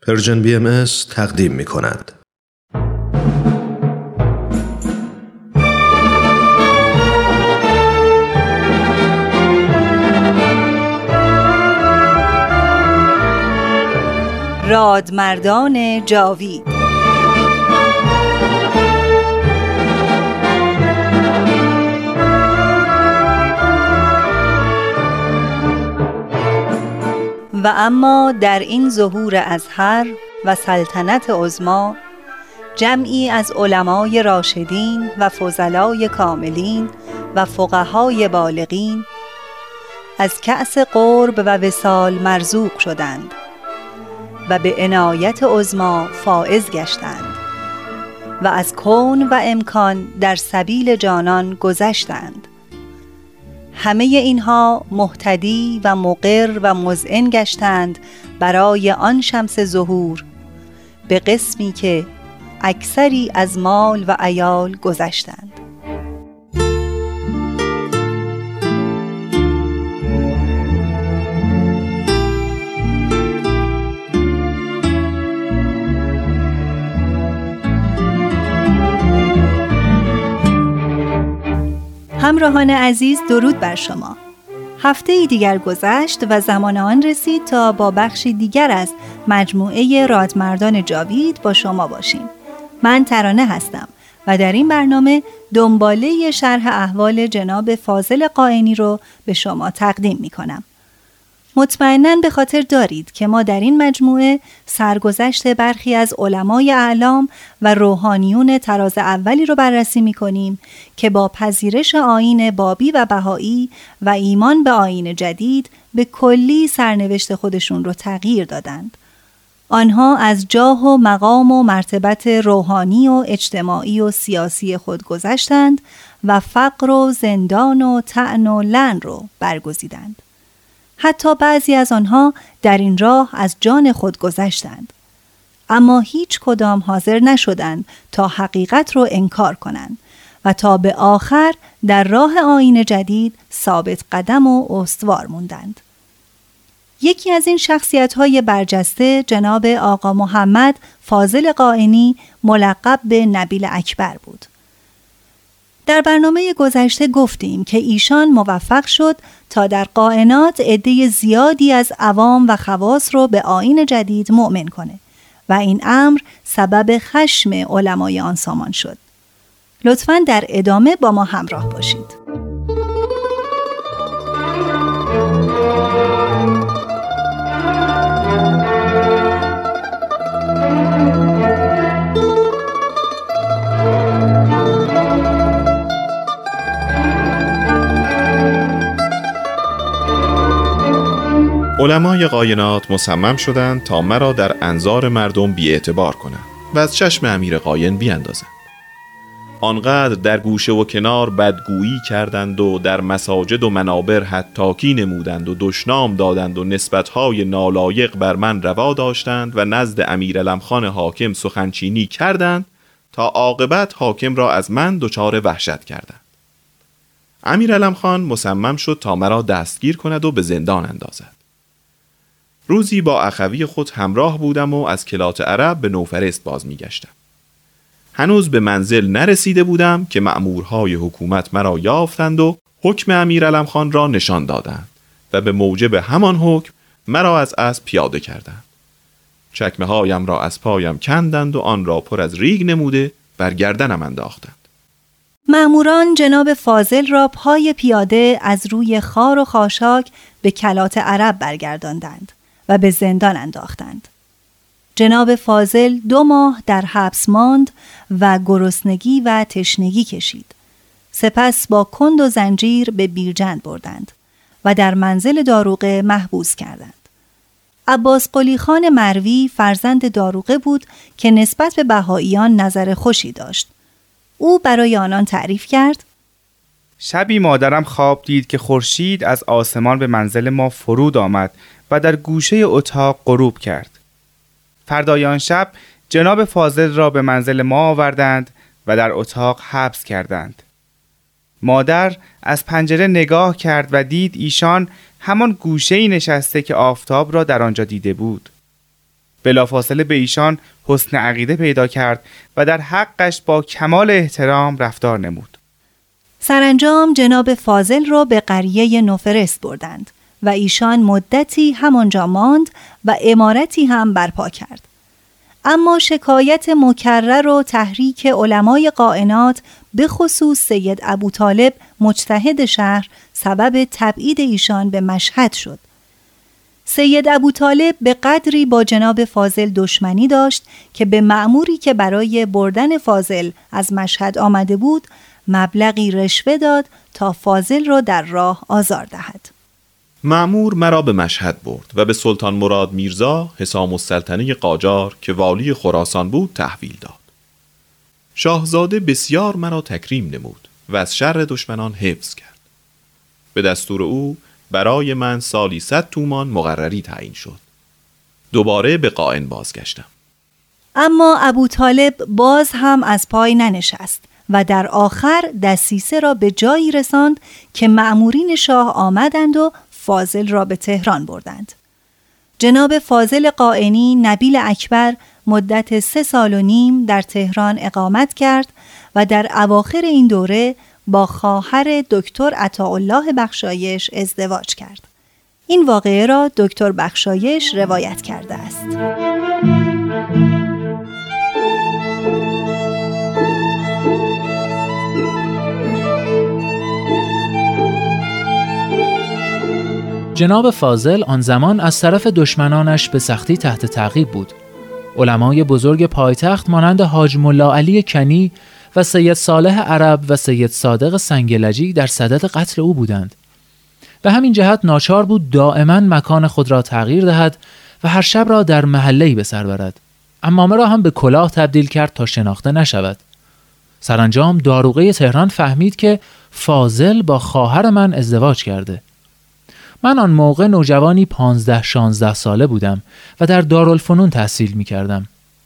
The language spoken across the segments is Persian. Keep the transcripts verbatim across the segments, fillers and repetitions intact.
پرژن بی ام اس تقدیم می کند. رادمردان جاوید. و اما در این ظهور ازهر و سلطنت عظما، جمعی از علمای راشدین و فضلای کاملین و فقهای بالغین از کأس قرب و وصال مرزوق شدند و به عنایت عظما فائز گشتند و از کون و امکان در سبیل جانان گذشتند. همه اینها مهتدی و مقر و مذعن گشتند برای آن شمس ظهور، به قسمی که اکثری از مال و عیال گذشتند. همراهان عزیز، درود بر شما. هفته ای دیگر گذشت و زمان آن رسید تا با بخشی دیگر از مجموعه رادمردان جاوید با شما باشیم. من ترانه هستم و در این برنامه دنباله شرح احوال جناب فاضل قائنی رو به شما تقدیم می کنم. مطمئناً به خاطر دارید که ما در این مجموعه سرگذشت برخی از علمای اعلام و روحانیون طراز اولی رو بررسی می‌کنیم که با پذیرش آیین بابی و بهایی و ایمان به آیین جدید به کلی سرنوشت خودشون رو تغییر دادند. آنها از جاه و مقام و مرتبت روحانی و اجتماعی و سیاسی خود گذشتند و فقر و زندان و طعن و لعن رو برگزیدند. حتی بعضی از آنها در این راه از جان خود گذشتند، اما هیچ کدام حاضر نشدند تا حقیقت رو انکار کنند و تا به آخر در راه آیین جدید ثابت قدم و استوار موندند. یکی از این شخصیت‌های برجسته جناب آقا محمد فاضل قائنی ملقب به نبیل اکبر بود. در برنامه گذشته گفتیم که ایشان موفق شد تا در قائنات عده زیادی از عوام و خواص رو به آیین جدید مؤمن کنه و این امر سبب خشم علمای آن سامان شد. لطفاً در ادامه با ما همراه باشید. علمای قاینات مصمم شدند تا مرا در انظار مردم بی‌اعتبار کنند و از چشم امیر قاین بیاندازند. آنقدر در گوشه و کنار بدگویی کردند و در مساجد و منابر حطاکی نمودند و دشنام دادند و نسبتهای نالایق بر من روا داشتند و نزد امیرعلمخان حاکم سخنچینی کردند تا عاقبت حاکم را از من دچار وحشت کردند. امیرعلمخان مصمم شد تا مرا دستگیر کند و به زندان اندازد. روزی با اخوی خود همراه بودم و از کلات عرب به نوفرست باز می گشتم. هنوز به منزل نرسیده بودم که مأمورهای حکومت مرا یافتند و حکم امیرعلمخان را نشان دادند و به موجب همان حکم مرا از اسب پیاده کردند. چکمه هایم را از پایم کندند و آن را پر از ریگ نموده بر گردنم انداختند. مأموران جناب فاضل را پای پیاده از روی خار و خاشاک به کلات عرب برگرداندند و به زندان انداختند. جناب فاضل دو ماه در حبس ماند و گرسنگی و تشنگی کشید. سپس با کند و زنجیر به بیرجند بردند و در منزل داروغه محبوس کردند. عباس قلی خان مروی فرزند داروغه بود که نسبت به بهائیان نظر خوشی داشت. او برای آنان تعریف کرد: شبی مادرم خواب دید که خورشید از آسمان به منزل ما فرود آمد و در گوشه اتاق غروب کرد. فردای آن شب جناب فاضل را به منزل ما آوردند و در اتاق حبس کردند. مادر از پنجره نگاه کرد و دید ایشان همان گوشه‌ای نشسته که آفتاب را در آنجا دیده بود. بلافاصله به ایشان حسن عقیده پیدا کرد و در حقش با کمال احترام رفتار نمود. سرانجام جناب فاضل را به قریه نوفرست بردند و ایشان مدتی همانجا ماند و عمارتی هم برپا کرد. اما شکایت مکرر و تحریک علمای قائنات به خصوص سید ابوطالب مجتهد شهر سبب تبعید ایشان به مشهد شد. سید ابوطالب به قدری با جناب فاضل دشمنی داشت که به مأموری که برای بردن فاضل از مشهد آمده بود مبلغی رشوه داد تا فاضل را در راه آزار دهد. مأمور مرا به مشهد برد و به سلطان مراد میرزا حسام السلطنه قاجار که والی خراسان بود تحویل داد. شاهزاده بسیار مرا تکریم نمود و از شر دشمنان حفظ کرد. به دستور او برای من سالی صد تومان مقرری تعیین شد. دوباره به قائن بازگشتم. اما ابوطالب باز هم از پای ننشست و در آخر دسیسه را به جایی رساند که مأمورین شاه آمدند و فاضل را به تهران بردند. جناب فاضل قائنی نبیل اکبر مدت سه سال و نیم در تهران اقامت کرد و در اواخر این دوره با خواهر دکتر عطاالله بخشایش ازدواج کرد. این واقعه را دکتر بخشایش روایت کرده است. جناب فاضل آن زمان از طرف دشمنانش به سختی تحت تعقیب بود. علمای بزرگ پایتخت مانند حاج ملا علی کنی و سید صالح عرب و سید صادق سنگلجی در صدد قتل او بودند. به همین جهت ناچار بود دائما مکان خود را تغییر دهد و هر شب را در محله‌ای به سر برد. عمامه را هم به کلاه تبدیل کرد تا شناخته نشود. سرانجام داروغه تهران فهمید که فاضل با خواهر من ازدواج کرده. من آن موقع نوجوانی پانزده شانزده ساله بودم و در دارالفنون تحصیل می کردم.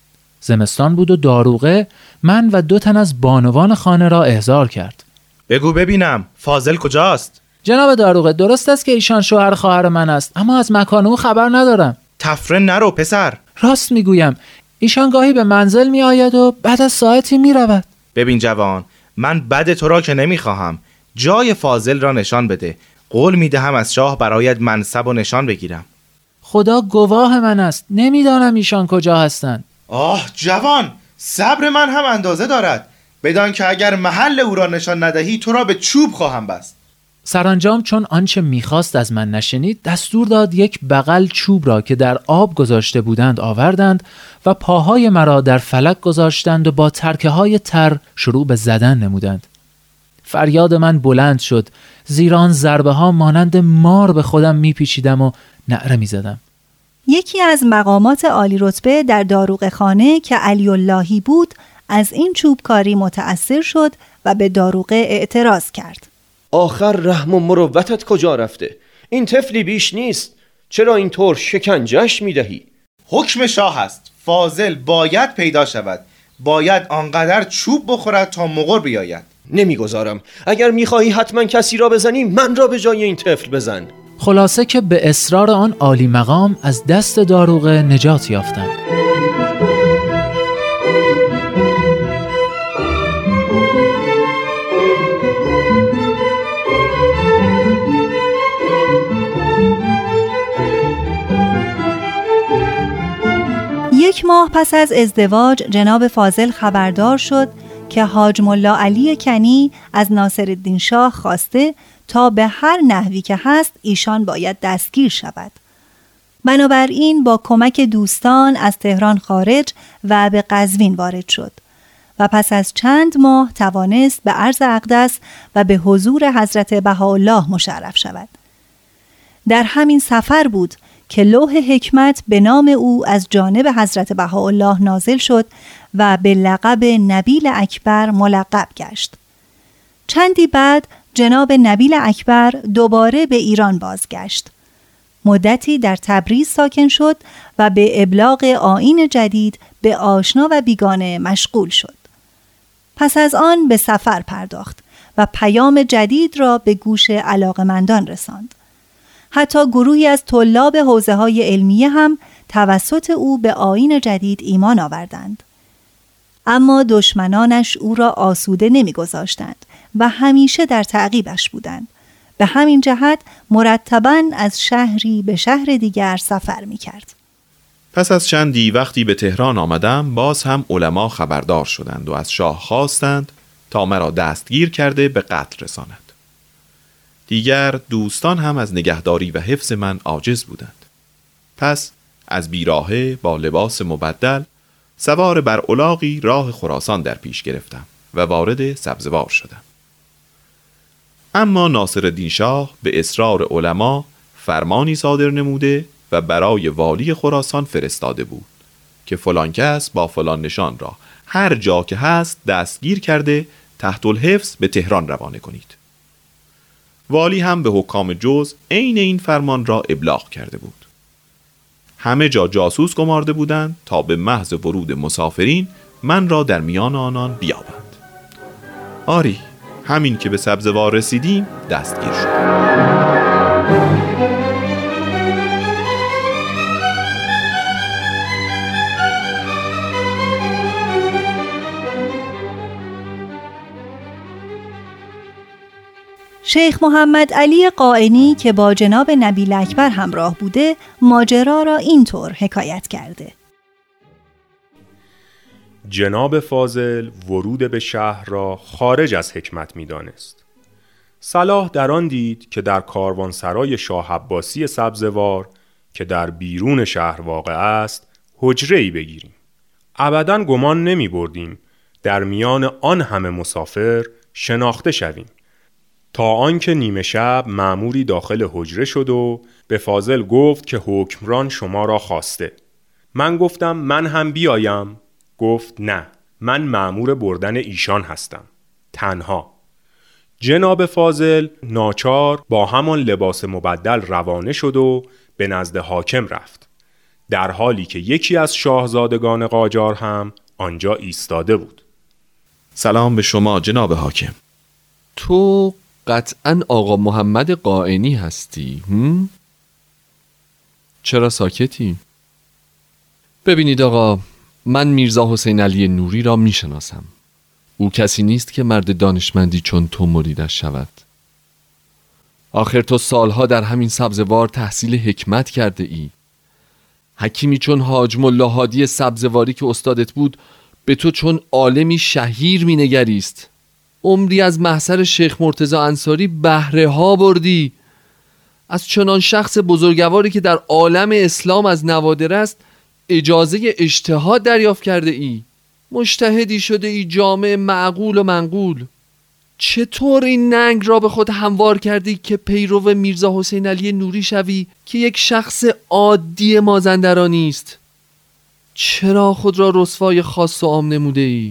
زمستان بود و داروغه من و دو تن از بانوان خانه را احضار کرد. بگو ببینم فاضل کجاست؟ جناب داروغه، درست است که ایشان شوهر خواهر من است، اما از مکان او خبر ندارم. تفره نرو پسر. راست می گویم، ایشان گاهی به منزل می آید و بعد از ساعتی می رود. ببین جوان، من بد تو را که نمی خواهم. جای فاضل را نشان بده. قول می دهم از شاه برایت منصب و نشان بگیرم. خدا گواه من است، نمیدانم ایشان کجا هستند. آه جوان، صبر من هم اندازه دارد. بدان که اگر محل او را نشان ندهی تو را به چوب خواهم بست. سرانجام چون آنچه میخواست از من نشنید، دستور داد یک بغل چوب را که در آب گذاشته بودند آوردند و پاهای مرا در فلک گذاشتند و با ترکه های تر شروع به زدن نمودند. فریاد من بلند شد، زیرا آن ضربه ها مانند مار به خودم میپیچیدم و نعره میزدم. یکی از مقامات عالی رتبه در داروغه خانه که علی اللهی بود از این چوبکاری متأثر شد و به داروغه اعتراض کرد. آخر رحم و مروتت کجا رفته؟ این طفلی بیش نیست، چرا اینطور شکنجهش میدهی؟ حکم شاه است، فاضل باید پیدا شود. باید آنقدر چوب بخورد تا مقر بیاید. نمیگذارم. اگر میخواهی حتما کسی را بزنی، من را به جای این طفل بزن. خلاصه که به اصرار آن عالی مقام از دست داروغه نجات یافتم. یک ماه پس از ازدواج جناب فاضل خبردار شد که حاج ملا علی کنی از ناصرالدین شاه خواسته تا به هر نحوی که هست ایشان باید دستگیر شود. بنابراین با کمک دوستان از تهران خارج و به قزوین وارد شد و پس از چند ماه توانست به عرض اقدس و به حضور حضرت بهاءالله مشرف شود. در همین سفر بود که لوح حکمت به نام او از جانب حضرت بهاءالله نازل شد و به لقب نبیل اکبر ملقب گشت. چندی بعد جناب نبیل اکبر دوباره به ایران بازگشت. مدتی در تبریز ساکن شد و به ابلاغ آیین جدید به آشنا و بیگانه مشغول شد. پس از آن به سفر پرداخت و پیام جدید را به گوش علاقمندان رساند. حتی گروهی از طلاب حوزه‌های علمیه هم توسط او به آیین جدید ایمان آوردند. اما دشمنانش او را آسوده نمی‌گذاشتند و همیشه در تعقیبش بودند. به همین جهت مرتباً از شهری به شهر دیگر سفر می‌کرد. پس از چندی وقتی به تهران آمدم، باز هم علما خبردار شدند و از شاه خواستند تا مرا دستگیر کرده به قتل رساند. دیگر دوستان هم از نگهداری و حفظ من عاجز بودند. پس از بیراهه با لباس مبدل سوار بر الاغی راه خراسان در پیش گرفتم و وارد سبزوار شدم. اما ناصرالدین شاه به اصرار علما فرمانی صادر نموده و برای والی خراسان فرستاده بود که فلان کس با فلان نشان را هر جا که هست دستگیر کرده تحت الحفظ به تهران روانه کنید. والی هم به حکام جز عین این فرمان را ابلاغ کرده بود. همه جا جاسوس گمارده بودند تا به محض ورود مسافرین من را در میان آنان بیابند. آری، همین که به سبزوار رسیدیم دستگیر شد. شیخ محمد علی قائنی که با جناب نبیل اکبر همراه بوده ماجرا را اینطور حکایت کرده: جناب فاضل ورود به شهر را خارج از حکمت می دانست. صلاح در آن دید که در کاروانسرای شاه عباسی سبزوار که در بیرون شهر واقع است حجره‌ای بگیریم. ابداً گمان نمی بردیم در میان آن همه مسافر شناخته شویم، تا آنکه نیمه شب مأموری داخل حجره شد و به فاضل گفت که حکمران شما را خواسته. من گفتم من هم بیایم؟ گفت نه، من مأمور بردن ایشان هستم، تنها. جناب فاضل ناچار با همان لباس مبدل روانه شد و به نزد حاکم رفت، در حالی که یکی از شاهزادگان قاجار هم آنجا ایستاده بود. سلام به شما جناب حاکم. تو قطعاً آقا محمد قائنی هستی؟ هم؟ چرا ساکتی؟ ببینید آقا، من میرزا حسین علی نوری را میشناسم. او کسی نیست که مرد دانشمندی چون تو مریدش شود. آخر تو سالها در همین سبزوار تحصیل حکمت کرده ای. حکیمی چون حاج ملا هادی سبزواری که استادت بود به تو چون عالمی شهیر مینگریست. عمری از محضر شیخ مرتضی انصاری بهره ها بردی. از چنان شخص بزرگواری که در عالم اسلام از نوادر است اجازه اجتهاد دریافت کرده ای. مجتهدی شده ای جامع معقول و منقول. چطور این ننگ را به خود هموار کردی که پیرو میرزا حسین علی نوری شوی که یک شخص عادی مازندرانی است؟ چرا خود را رسوای خاص و عام نموده ای؟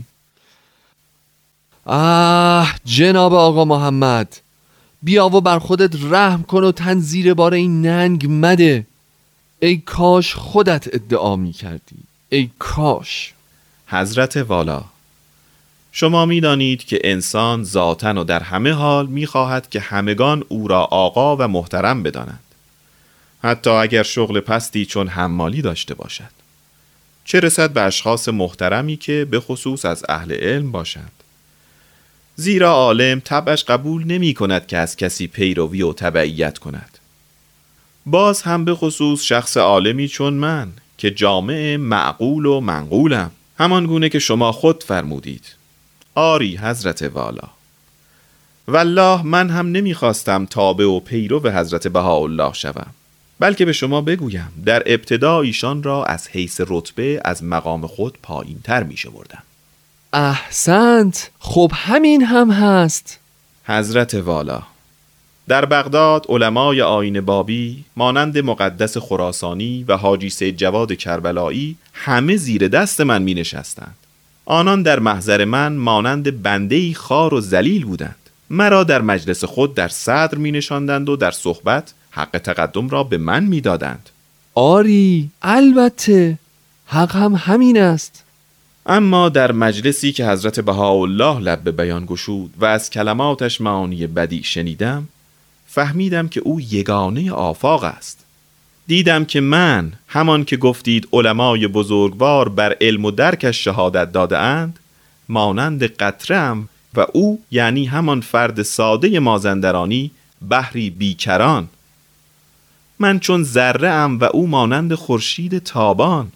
آه جناب آقا محمد، بیا و بر خودت رحم کن و تن زیر بار این ننگ مده. ای کاش خودت ادعا می کردی، ای کاش. حضرت والا، شما می دانید که انسان ذاتن و در همه حال می خواهد که همگان او را آقا و محترم بدانند، حتی اگر شغل پستی چون حمالی داشته باشد، چه رسد به اشخاص محترمی که به خصوص از اهل علم باشند. زیرا عالم طبعش قبول نمی کند که از کسی پیروی و تبعیت کند. باز هم به خصوص شخص عالمی چون من که جامع معقول و منقولم، همان گونه که شما خود فرمودید. آری حضرت والا، والله من هم نمی خواستم تابع و پیرو حضرت بهاءالله شوم، بلکه به شما بگویم در ابتدا ایشان را از حیث رتبه از مقام خود پایین تر می شمردم. احسنت، خب همین هم هست. حضرت والا، در بغداد علمای آیین بابی مانند مقدس خراسانی و حاجی سید جواد کربلایی همه زیر دست من می نشستند. آنان در محضر من مانند بنده‌ای خار و ذلیل بودند. مرا در مجلس خود در صدر می نشاندند و در صحبت حق تقدم را به من می دادند. آری، البته حق هم همین است. اما در مجلسی که حضرت بهاءالله لب به بیان گشود و از کلماتش معانی بدیع شنیدم، فهمیدم که او یگانه آفاق است. دیدم که من همان که گفتید علمای بزرگوار بر علم و درکش شهادت داده اند مانند قطره‌ام و او یعنی همان فرد ساده مازندرانی بحری بیکران. من چون ذره ام و او مانند خورشید تابان.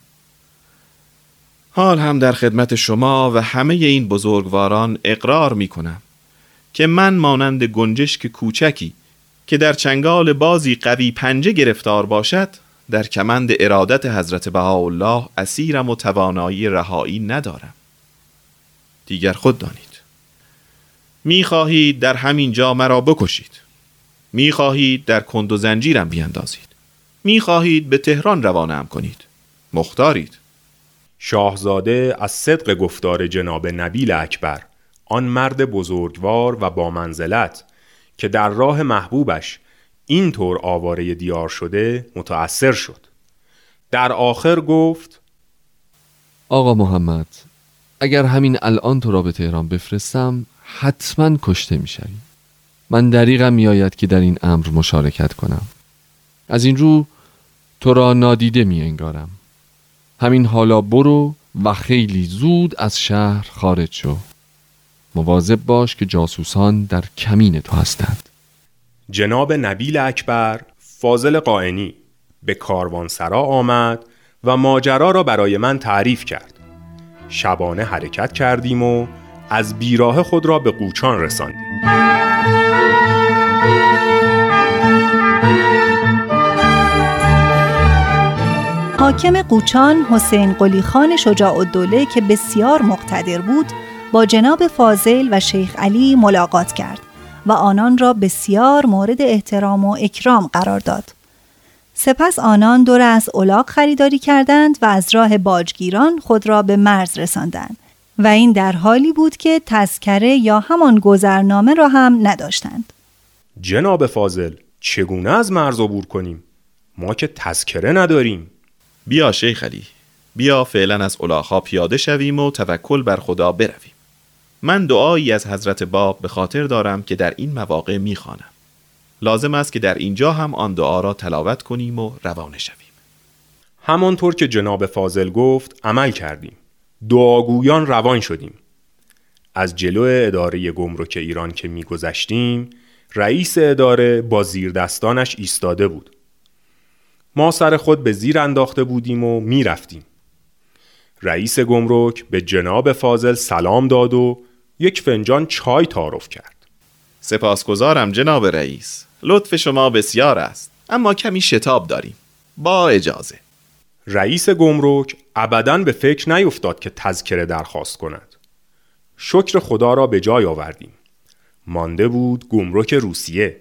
حال هم در خدمت شما و همه این بزرگواران اقرار می کنم که من مانند گنجشک کوچکی که در چنگال بازی قوی پنجه گرفتار باشد در کمند ارادت حضرت بهاءالله اسیرم و توانایی رهایی ندارم. دیگر خود دانید. می خواهید در همین جا مرا بکشید. می خواهید در کند و زنجیرم بیندازید. می خواهید به تهران روانه‌ام کنید. مختارید. شاهزاده از صدق گفتار جناب نبیل اکبر، آن مرد بزرگوار و با منزلت که در راه محبوبش اینطور آواره دیار شده، متأثر شد. در آخر گفت: آقا محمد، اگر همین الان تو را به تهران بفرستم حتما کشته میشوی. من دریغم میآید که در این امر مشارکت کنم. از این رو تو را نادیده می انگارم. همین حالا برو و خیلی زود از شهر خارج شو. مواظب باش که جاسوسان در کمین تو هستند. جناب نبیل اکبر فاضل قائنی به کاروانسرا آمد و ماجرا را برای من تعریف کرد. شبانه حرکت کردیم و از بیراه خود را به قوچان رساندیم. حاکم قوچان حسین قلی خان شجاع الدوله که بسیار مقتدر بود با جناب فاضل و شیخ علی ملاقات کرد و آنان را بسیار مورد احترام و اکرام قرار داد. سپس آنان دور از الاغ خریداری کردند و از راه باجگیران خود را به مرز رساندند و این در حالی بود که تذکره یا همان گذرنامه را هم نداشتند. جناب فاضل، چگونه از مرز عبور کنیم؟ ما که تذکره نداریم. بیا شیخ علی، بیا فعلا از الاغ‌ها پیاده شویم و توکل بر خدا برویم. من دعایی از حضرت باب به خاطر دارم که در این مواقع میخوانم. لازم است که در اینجا هم آن دعا را تلاوت کنیم و روانه شویم. همانطور که جناب فاضل گفت عمل کردیم. دعاگویان روان شدیم. از جلو اداره گمرک ایران که میگذشتیم، رئیس اداره با زیردستانش ایستاده بود. ما سر خود به زیر انداخته بودیم و می رفتیم. رئیس گمرک به جناب فاضل سلام داد و یک فنجان چای تعارف کرد. سپاسگزارم جناب رئیس، لطف شما بسیار است، اما کمی شتاب داریم. با اجازه. رئیس گمرک ابداً به فکر نیفتاد که تذکره درخواست کند. شکر خدا را به جای آوردیم. مانده بود گمرک روسیه.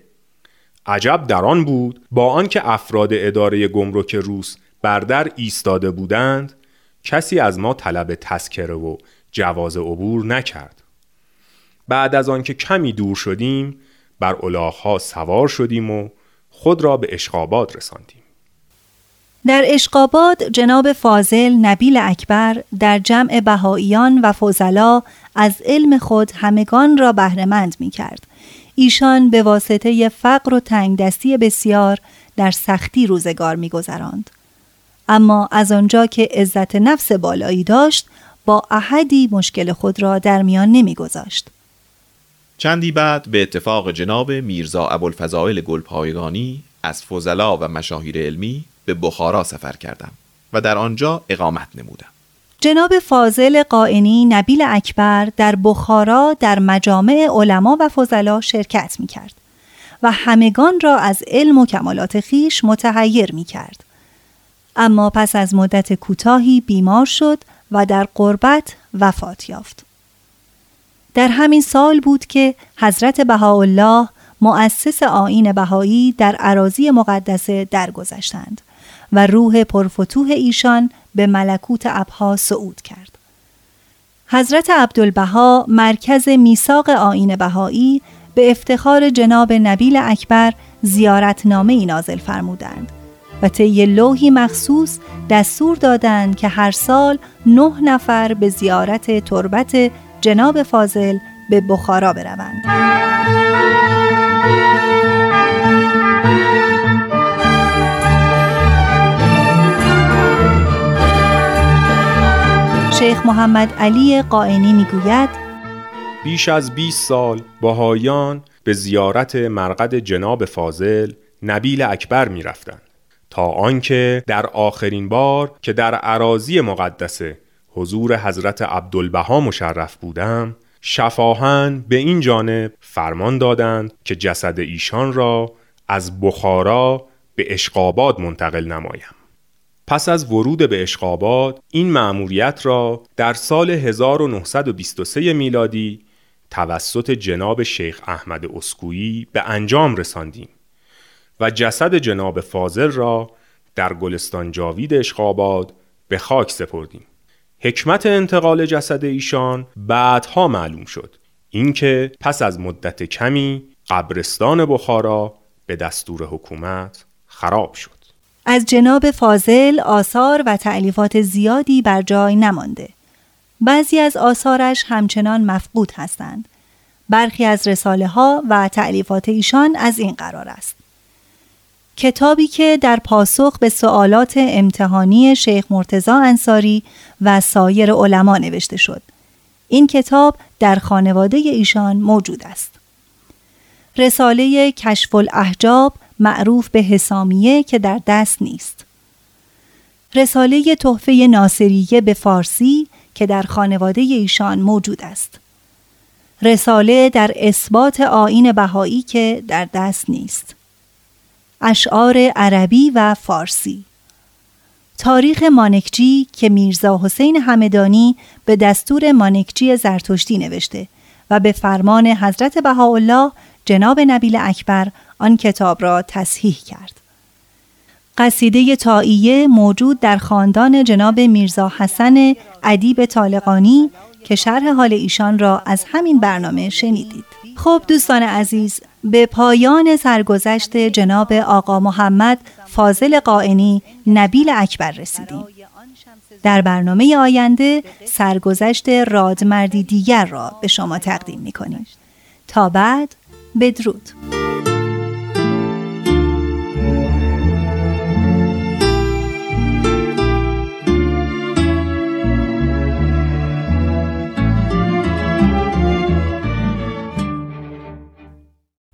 عجب در آن بود با آنکه افراد اداره گمرک روس بر در ایستاده بودند، کسی از ما طلب تذکره و جواز عبور نکرد. بعد از آنکه کمی دور شدیم بر الاغ‌ها سوار شدیم و خود را به اشقاباد رساندیم. در اشقاباد جناب فاضل نبیل اکبر در جمع بهائیان و فضلا از علم خود همگان را بهره‌مند می‌کرد. ایشان به واسطه فقر و تنگدستی بسیار در سختی روزگار می‌گذراند. اما از آنجا که عزت نفس بالایی داشت با احدی مشکل خود را در میان نمی‌گذاشت. چندی بعد به اتفاق جناب میرزا ابوالفضائل گلپایگانی از فضلا و مشاهیر علمی به بخارا سفر کردم و در آنجا اقامت نمودم. جناب فاضل قائنی نبیل اکبر در بخارا در مجامع علما و فضلا شرکت می کرد و همگان را از علم و کمالات خیش متحیر می کرد. اما پس از مدت کوتاهی بیمار شد و در غربت وفات یافت. در همین سال بود که حضرت بهاءالله مؤسس آیین بهایی در اراضی مقدسه درگذشتند و روح پرفتوح ایشان به ملکوت ابها صعود کرد. حضرت عبدالبها مرکز میثاق آیین بهایی به افتخار جناب نبیل اکبر زیارتنامه‌ای نازل فرمودند و طی لوحی مخصوص دستور دادند که هر سال نه نفر به زیارت تربت جناب فاضل به بخارا بروند. شیخ محمد علی قائنی میگوید بیش از بیست سال بهائیان به زیارت مرقد جناب فاضل نبیل اکبر می رفتند تا آنکه در آخرین بار که در اراضی مقدسه حضور حضرت عبدالبها مشرف بودم، شفاهن به این جانب فرمان دادند که جسد ایشان را از بخارا به اشقاباد منتقل نمایم. پس از ورود به اشقاباد این مأموریت را در سال هزار و نهصد و بیست و سه میلادی توسط جناب شیخ احمد اسکویی به انجام رساندیم و جسد جناب فاضل را در گلستان جاوید اشقاباد به خاک سپردیم. حکمت انتقال جسد ایشان بعدها معلوم شد، اینکه پس از مدت کمی قبرستان بخارا به دستور حکومت خراب شد. از جناب فاضل آثار و تألیفات زیادی بر جای نمانده. بعضی از آثارش همچنان مفقود هستند. برخی از رساله ها و تألیفات ایشان از این قرار است: کتابی که در پاسخ به سوالات امتحانی شیخ مرتضی انصاری و سایر علما نوشته شد. این کتاب در خانواده ایشان موجود است. رساله کشف الاحجاب معروف به حسامیه که در دست نیست. رساله تحفه ناصریه به فارسی که در خانواده ایشان موجود است. رساله در اثبات آیین بهایی که در دست نیست. اشعار عربی و فارسی. تاریخ مانکجی که میرزا حسین همدانی به دستور مانکجی زرتشتی نوشته و به فرمان حضرت بهاءالله جناب نبیل اکبر آن کتاب را تصحیح کرد. قصیده طائیه موجود در خاندان جناب میرزا حسن ادیب طالقانی که شرح حال ایشان را از همین برنامه شنیدید. خب دوستان عزیز، به پایان سرگذشت جناب آقا محمد فاضل قائنی نبیل اکبر رسیدیم. در برنامه آینده سرگذشت رادمردی دیگر را به شما تقدیم می‌کنیم. تا بعد، بدرود.